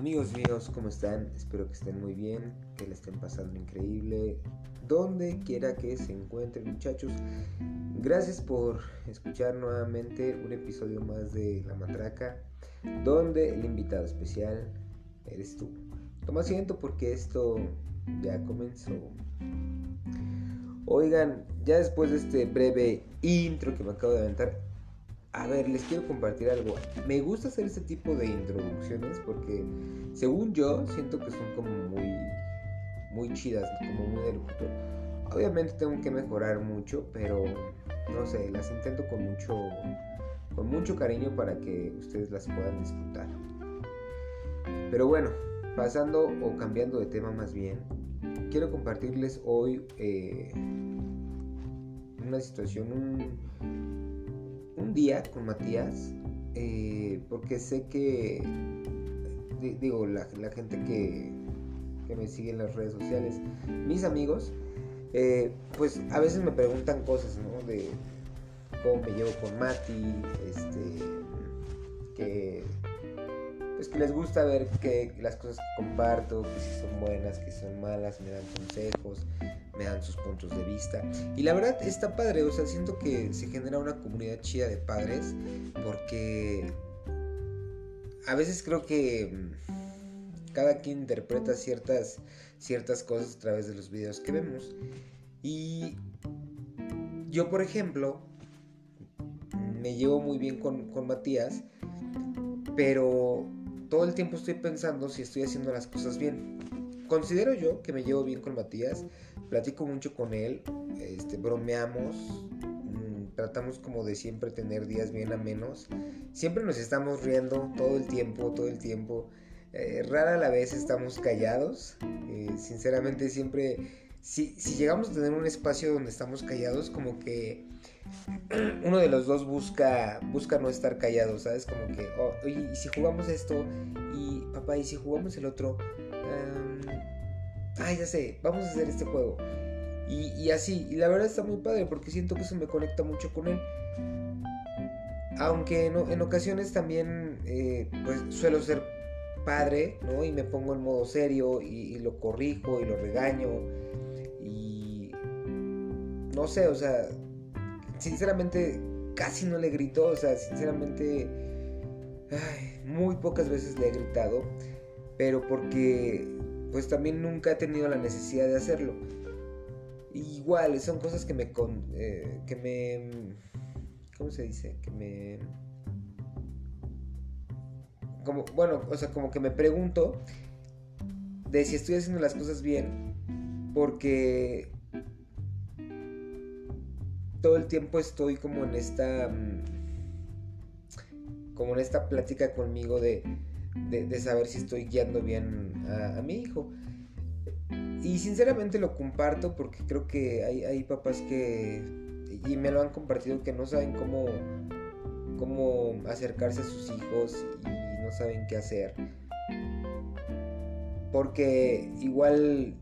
Amigos míos, ¿cómo están? Espero que estén muy bien, que la estén pasando increíble, donde quiera que se encuentren, muchachos. Gracias por escuchar nuevamente un episodio más de La Matraca, donde el invitado especial eres tú. Toma asiento porque esto ya comenzó. Oigan, ya después de este breve intro que me acabo de aventar, a ver, les quiero compartir algo. Me gusta hacer este tipo de introducciones porque, según yo, siento que son como muy chidas, como muy del futuro. Obviamente tengo que mejorar mucho, pero no sé, las intento con mucho cariño para que ustedes las puedan disfrutar. Pero bueno, pasando o cambiando de tema más bien, quiero compartirles hoy una situación, un día con Matías, porque sé que, digo, la gente que me sigue en las redes sociales, mis amigos, pues a veces me preguntan cosas, ¿no? De cómo me llevo con Mati, que pues que les gusta ver que las cosas que comparto, que si son buenas, que si son malas, me dan consejos, me dan sus puntos de vista. Y la verdad está padre, o sea, siento que se genera una comunidad chida de padres, porque a veces creo que cada quien interpreta ciertas cosas a través de los videos que vemos. Y yo, por ejemplo, me llevo muy bien con Matías, pero todo el tiempo estoy pensando si estoy haciendo las cosas bien. Considero yo que me llevo bien con Matías, platico mucho con él, bromeamos, tratamos como de siempre tener días bien amenos. Siempre nos estamos riendo todo el tiempo. Rara la vez estamos callados. Sinceramente siempre, si llegamos a tener un espacio donde estamos callados, como que uno de los dos busca no estar callado, ¿sabes? Como que, oye, ¿y si jugamos esto? Y papá, ¿y si jugamos el otro? Ya sé, vamos a hacer este juego. Y así, y la verdad está muy padre porque siento que eso me conecta mucho con él. Aunque en ocasiones también pues suelo ser padre, ¿no? Y me pongo en modo serio y lo corrijo y lo regaño. Y no sé, o sea, sinceramente casi no le grito, o sea, sinceramente muy pocas veces le he gritado, pero porque pues también nunca he tenido la necesidad de hacerlo. Igual, son cosas que me ¿cómo se dice? Como que me pregunto de si estoy haciendo las cosas bien, porque todo el tiempo estoy como en esta plática conmigo de saber si estoy guiando bien a mi hijo. Y sinceramente lo comparto porque creo que hay papás que, y me lo han compartido, que no saben cómo acercarse a sus hijos y no saben qué hacer. Porque igual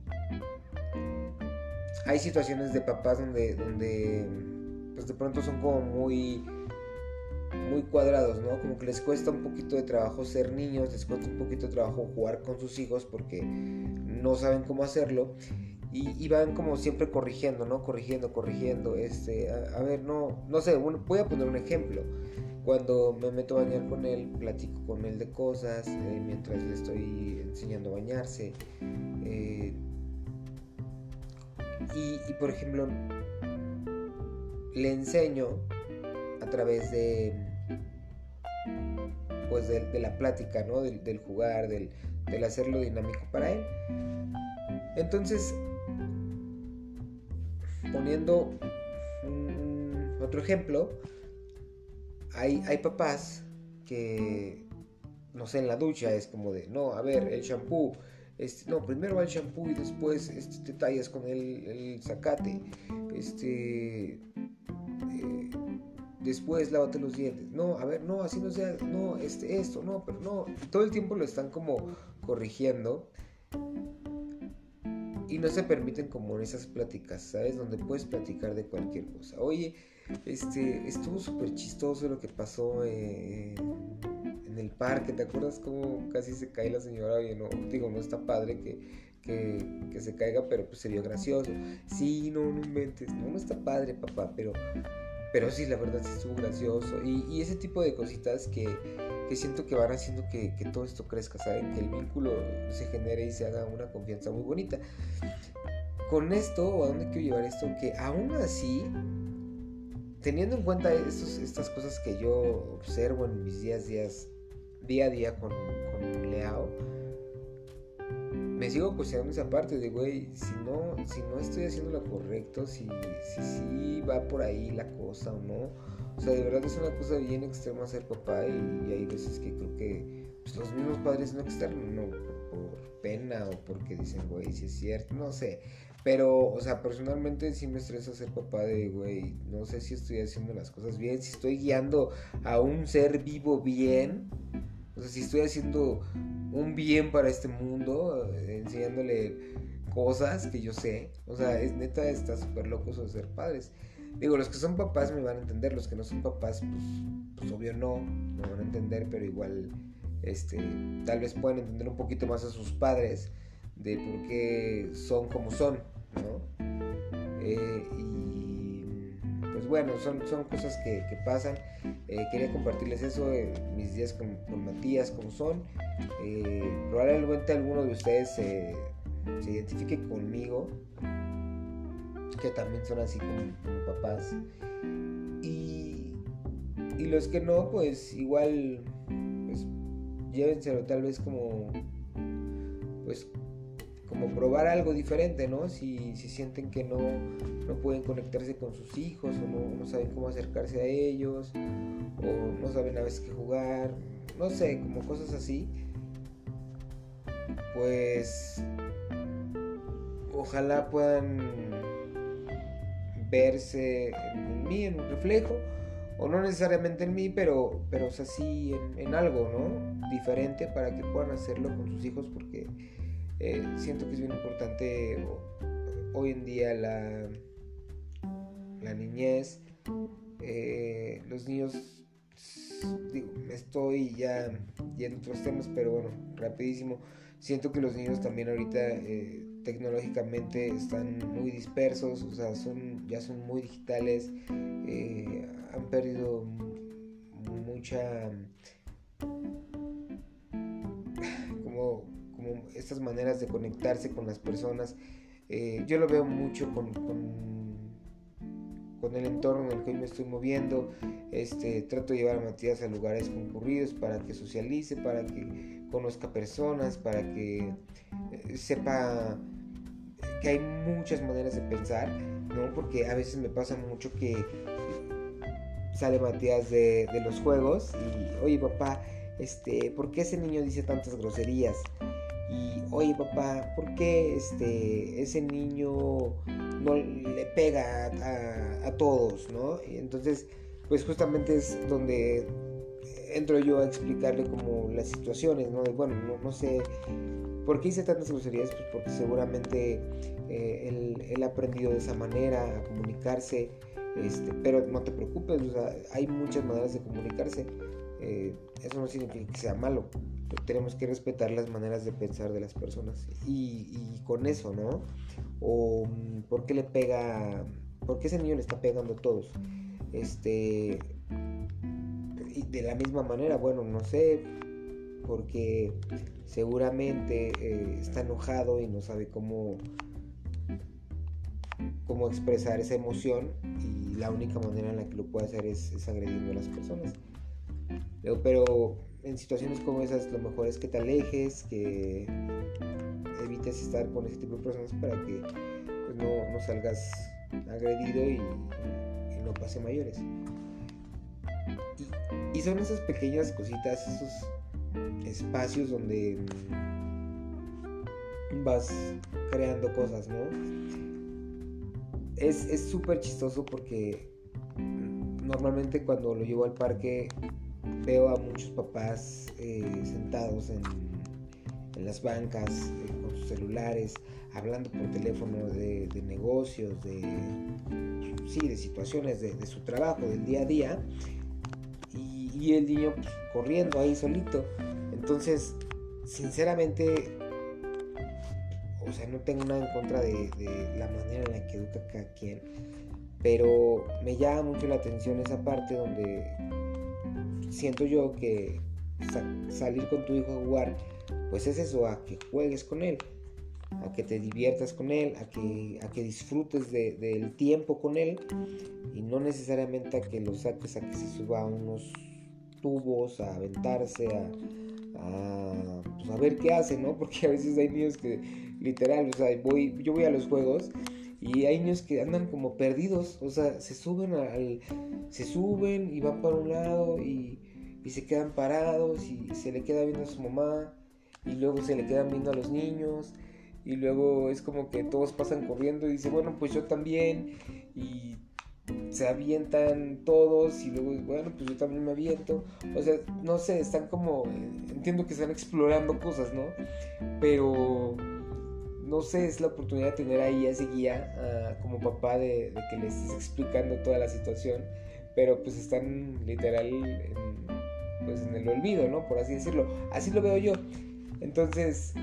hay situaciones de papás donde pues de pronto son como muy cuadrados, ¿no? Como que les cuesta un poquito de trabajo ser niños, les cuesta un poquito de trabajo jugar con sus hijos porque no saben cómo hacerlo y van como siempre corrigiendo, ¿no? Corrigiendo. A ver, no sé, voy a poner un ejemplo. Cuando me meto a bañar con él, platico con él de cosas, mientras le estoy enseñando a bañarse. Y por ejemplo, le enseño a través de pues de la plática, ¿no? Del jugar, del hacerlo dinámico para él. Entonces, poniendo otro ejemplo, hay papás que, no sé, en la ducha es como de, no, a ver, el shampoo, no, primero va el shampoo y después te tallas con el zacate, después lávate los dientes. No, a ver, no, así no sea, no, esto, no, pero no. Todo el tiempo lo están como corrigiendo y no se permiten como en esas pláticas, ¿sabes? Donde puedes platicar de cualquier cosa. Oye, estuvo súper chistoso lo que pasó en en el parque, ¿te acuerdas cómo casi se cae la señora? Oye, no, digo, no está padre que se caiga, pero pues se vio gracioso. Sí, no inventes, no está padre, papá, pero sí, la verdad sí estuvo gracioso. Y ese tipo de cositas que siento que van haciendo que todo esto crezca, ¿saben? Que el vínculo se genere y se haga una confianza muy bonita. Con esto, ¿o a dónde quiero llevar esto? Que aún así, teniendo en cuenta estas cosas que yo observo en mis día a día con Leao, me sigo cuestionando esa parte de, güey, si no estoy haciendo lo correcto, si va por ahí la cosa o no. O sea, de verdad es una cosa bien extrema ser papá, y hay veces que creo que pues, los mismos padres no externos, no por pena o porque dicen, güey, si es cierto, no sé. Pero, o sea, personalmente sí me estresa ser papá de, güey, no sé si estoy haciendo las cosas bien, si estoy guiando a un ser vivo bien. O sea, si estoy haciendo un bien para este mundo, enseñándole cosas que yo sé. O sea, es neta, está súper loco eso de ser padres. Digo, los que son papás me van a entender, los que no son papás, pues obvio no van a entender, pero igual, tal vez puedan entender un poquito más a sus padres de por qué son como son, ¿no? Y pues bueno, son cosas que pasan. Quería compartirles eso, mis días con Matías, como son. Probablemente alguno de ustedes se identifique conmigo, que también son así como papás. Y los que no, pues igual, pues llévenselo tal vez como probar algo diferente, ¿no? Si sienten que no pueden conectarse con sus hijos, o no saben cómo acercarse a ellos, o no saben a veces qué jugar, no sé, como cosas así, pues ojalá puedan verse en mí, en un reflejo, o no necesariamente en mí, pero o sea, sí en algo, ¿no? Diferente, para que puedan hacerlo con sus hijos, porque siento que es bien importante hoy en día la niñez. Los niños, digo, estoy ya en otros temas, pero bueno, rapidísimo. Siento que los niños también ahorita tecnológicamente están muy dispersos, o sea, ya son muy digitales, han perdido mucha como estas maneras de conectarse con las personas. Yo lo veo mucho con el entorno en el que hoy me estoy moviendo. Trato de llevar a Matías a lugares concurridos para que socialice, para que conozca personas, para que sepa que hay muchas maneras de pensar, ¿no? Porque a veces me pasa mucho que sale Matías de los juegos y, oye papá, ¿por qué ese niño dice tantas groserías? Y, oye papá, ¿por qué ese niño no le pega a todos, ¿no? Y entonces, pues justamente es donde entro yo a explicarle como las situaciones, ¿no? De, bueno, no sé por qué hice tantas groserías, pues porque seguramente él ha aprendido de esa manera a comunicarse, pero no te preocupes, o sea, hay muchas maneras de comunicarse. Eso no significa que sea malo. Tenemos que respetar las maneras de pensar de las personas, y con eso, ¿no? O ¿por qué ese niño le está pegando a todos? Y de la misma manera, bueno, no sé, porque seguramente está enojado y no sabe cómo expresar esa emoción, y la única manera en la que lo puede hacer es agrediendo a las personas. Pero en situaciones como esas, lo mejor es que te alejes, que evites estar con ese tipo de personas, para que pues, no salgas agredido y no pase mayores. Y son esas pequeñas cositas, esos espacios donde vas creando cosas, ¿no? Es súper chistoso porque normalmente cuando lo llevo al parque veo a muchos papás sentados en las bancas con sus celulares, hablando por teléfono de negocios, de situaciones de su trabajo, del día a día. Y y el niño pues, corriendo ahí solito. Entonces, sinceramente, o sea, no tengo nada en contra de la manera en la que educa cada quien, pero me llama mucho la atención esa parte donde siento yo que salir con tu hijo a jugar, pues es eso, a que juegues con él, a que te diviertas con él, a que disfrutes del tiempo con él, y no necesariamente a que lo saques a que se suba a unos tubos, a aventarse, pues a ver qué hace, ¿no? Porque a veces hay niños que literal, o sea, yo voy a los juegos y hay niños que andan como perdidos, o sea, se suben y van para un lado y se quedan parados y se le queda viendo a su mamá y luego se le quedan viendo a los niños y luego es como que todos pasan corriendo y dice, bueno, pues yo también, y se avientan todos y luego, bueno, pues yo también me aviento. O sea, no sé, están como, entiendo que están explorando cosas, ¿no? Pero no sé, es la oportunidad de tener ahí a ese guía como papá de que les estés explicando toda la situación, pero pues están literal pues en el olvido, ¿no? Por así decirlo. Así lo veo yo. Entonces,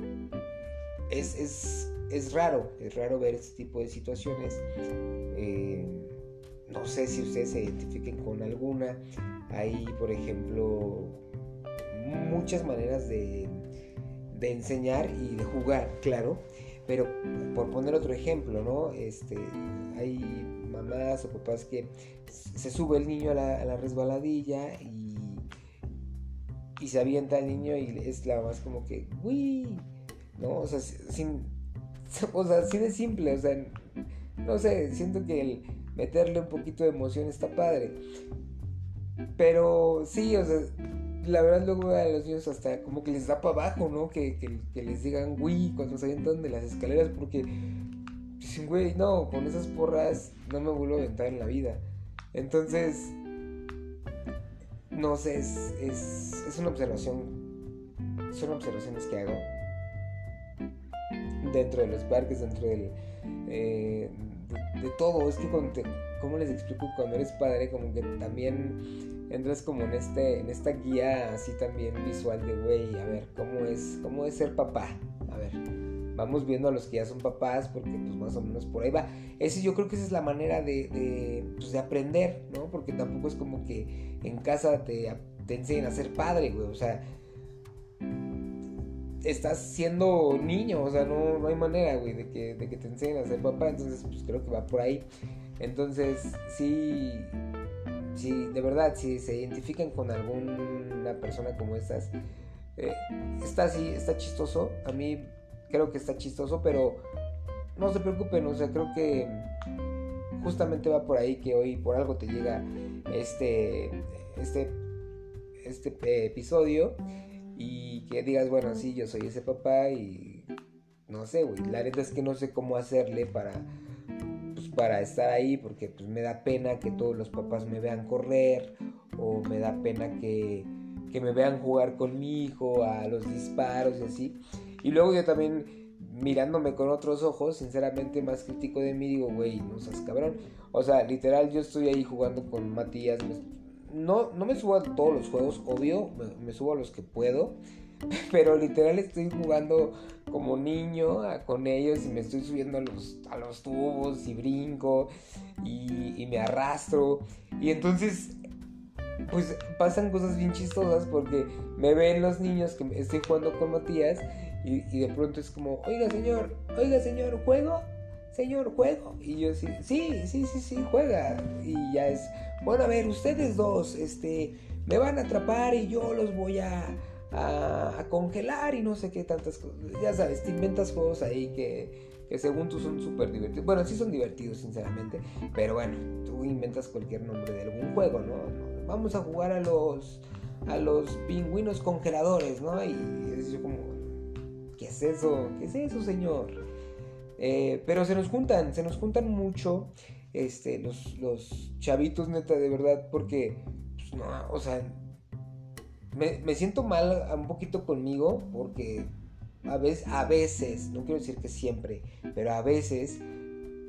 es raro ver este tipo de situaciones. No sé si ustedes se identifiquen con alguna. Hay, por ejemplo, muchas maneras de enseñar y de jugar, claro. Pero por poner otro ejemplo, ¿no? Hay mamás o papás que se sube el niño a la resbaladilla y se avienta el niño y es la más como que, uy, ¿no? O sea, así de simple, o sea, no sé, siento que el meterle un poquito de emoción está padre. Pero sí, o sea, la verdad luego a los niños hasta como que les da para abajo, ¿no? Que les digan güey cuando se avientan de las escaleras, porque dicen, güey, no, con esas porras no me vuelvo a aventar en la vida. Entonces, no sé, es una observación, son observaciones que hago dentro de los parques, dentro de todo. Es que ¿cómo les explico? Cuando eres padre, como que también entras como en esta guía así también visual de, güey, a ver, ¿cómo es ser papá? A ver, vamos viendo a los que ya son papás, porque pues más o menos por ahí va. Yo creo que esa es la manera de aprender, ¿no? Porque tampoco es como que en casa te enseñen a ser padre, güey, o sea, estás siendo niño, o sea, no hay manera, güey, de que te enseñen a ser papá. Entonces, pues creo que va por ahí. Entonces, sí, de verdad, si se identifican con alguna persona como estas, está chistoso. A mí creo que está chistoso, pero no se preocupen, o sea, creo que justamente va por ahí, que hoy por algo te llega este episodio, y que digas, bueno, sí, yo soy ese papá y no sé, güey, la neta es que no sé cómo hacerle para estar ahí, porque pues me da pena que todos los papás me vean correr, o me da pena que me vean jugar con mi hijo a los disparos y así. Y luego yo también, mirándome con otros ojos, sinceramente más crítico de mí, digo, güey, no seas cabrón. O sea, literal, yo estoy ahí jugando con Matías. No me subo a todos los juegos, obvio, me subo a los que puedo, pero literal estoy jugando como niño con ellos, y me estoy subiendo a los tubos y brinco y me arrastro, y entonces pues pasan cosas bien chistosas, porque me ven los niños que estoy jugando con Matías y de pronto es como, oiga señor, ¿juego? Señor, ¿juego? Y yo sí, juega. Y ya es, bueno, a ver, ustedes dos, me van a atrapar y yo los voy a congelar y no sé qué tantas cosas. Ya sabes, te inventas juegos ahí que según tú son súper divertidos. Bueno, sí son divertidos, sinceramente, pero bueno, tú inventas cualquier nombre de algún juego, ¿no? Vamos a jugar a los pingüinos congeladores, ¿no? Y es yo como, ¿qué es eso? ¿Qué es eso, señor? Pero se nos juntan mucho los chavitos, neta, de verdad, porque pues, no, o sea, me siento mal un poquito conmigo, porque a veces, no quiero decir que siempre, pero a veces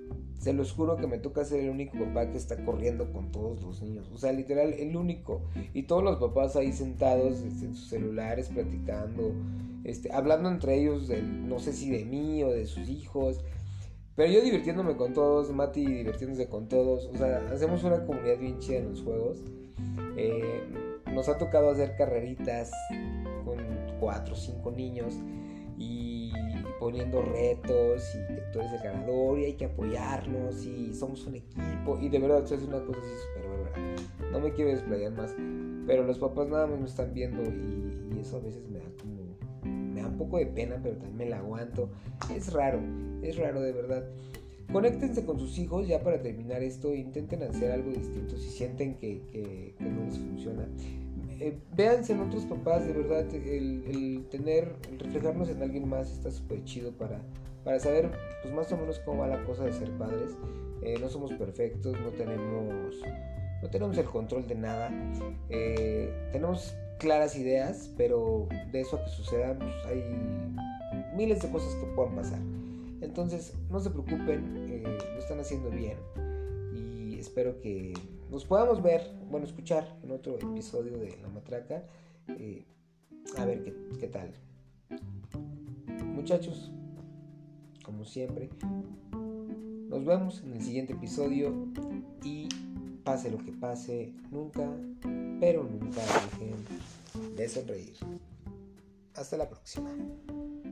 se los juro que me toca ser el único papá que está corriendo con todos los niños. O sea, literal, el único. Y todos los papás ahí sentados en sus celulares platicando, hablando entre ellos, no sé si de mí o de sus hijos. Pero yo divirtiéndome con todos, Mati divirtiéndose con todos. O sea, hacemos una comunidad bien chida en los juegos. Nos ha tocado hacer carreritas con 4 o 5 niños y poniendo retos y que tú eres el ganador y hay que apoyarnos y somos un equipo. Y de verdad, eso es una cosa así súper bárbara. No me quiero desplayar más, pero los papás nada más me están viendo y eso a veces me da un poco de pena, pero también me la aguanto. Es raro de verdad. Conéctense con sus hijos ya para terminar esto. Intenten hacer algo distinto si sienten que no les funciona. Véanse en otros papás, de verdad. El reflejarnos en alguien más está súper chido para saber pues más o menos cómo va la cosa de ser padres. No somos perfectos, no tenemos el control de nada. Tenemos claras ideas, pero de eso a que suceda pues hay miles de cosas que puedan pasar. Entonces no se preocupen, lo están haciendo bien y espero que nos podamos escuchar en otro episodio de La Matraca. A ver qué tal. Muchachos, como siempre, nos vemos en el siguiente episodio y pase lo que pase, nunca, pero nunca dejen de sonreír. Hasta la próxima.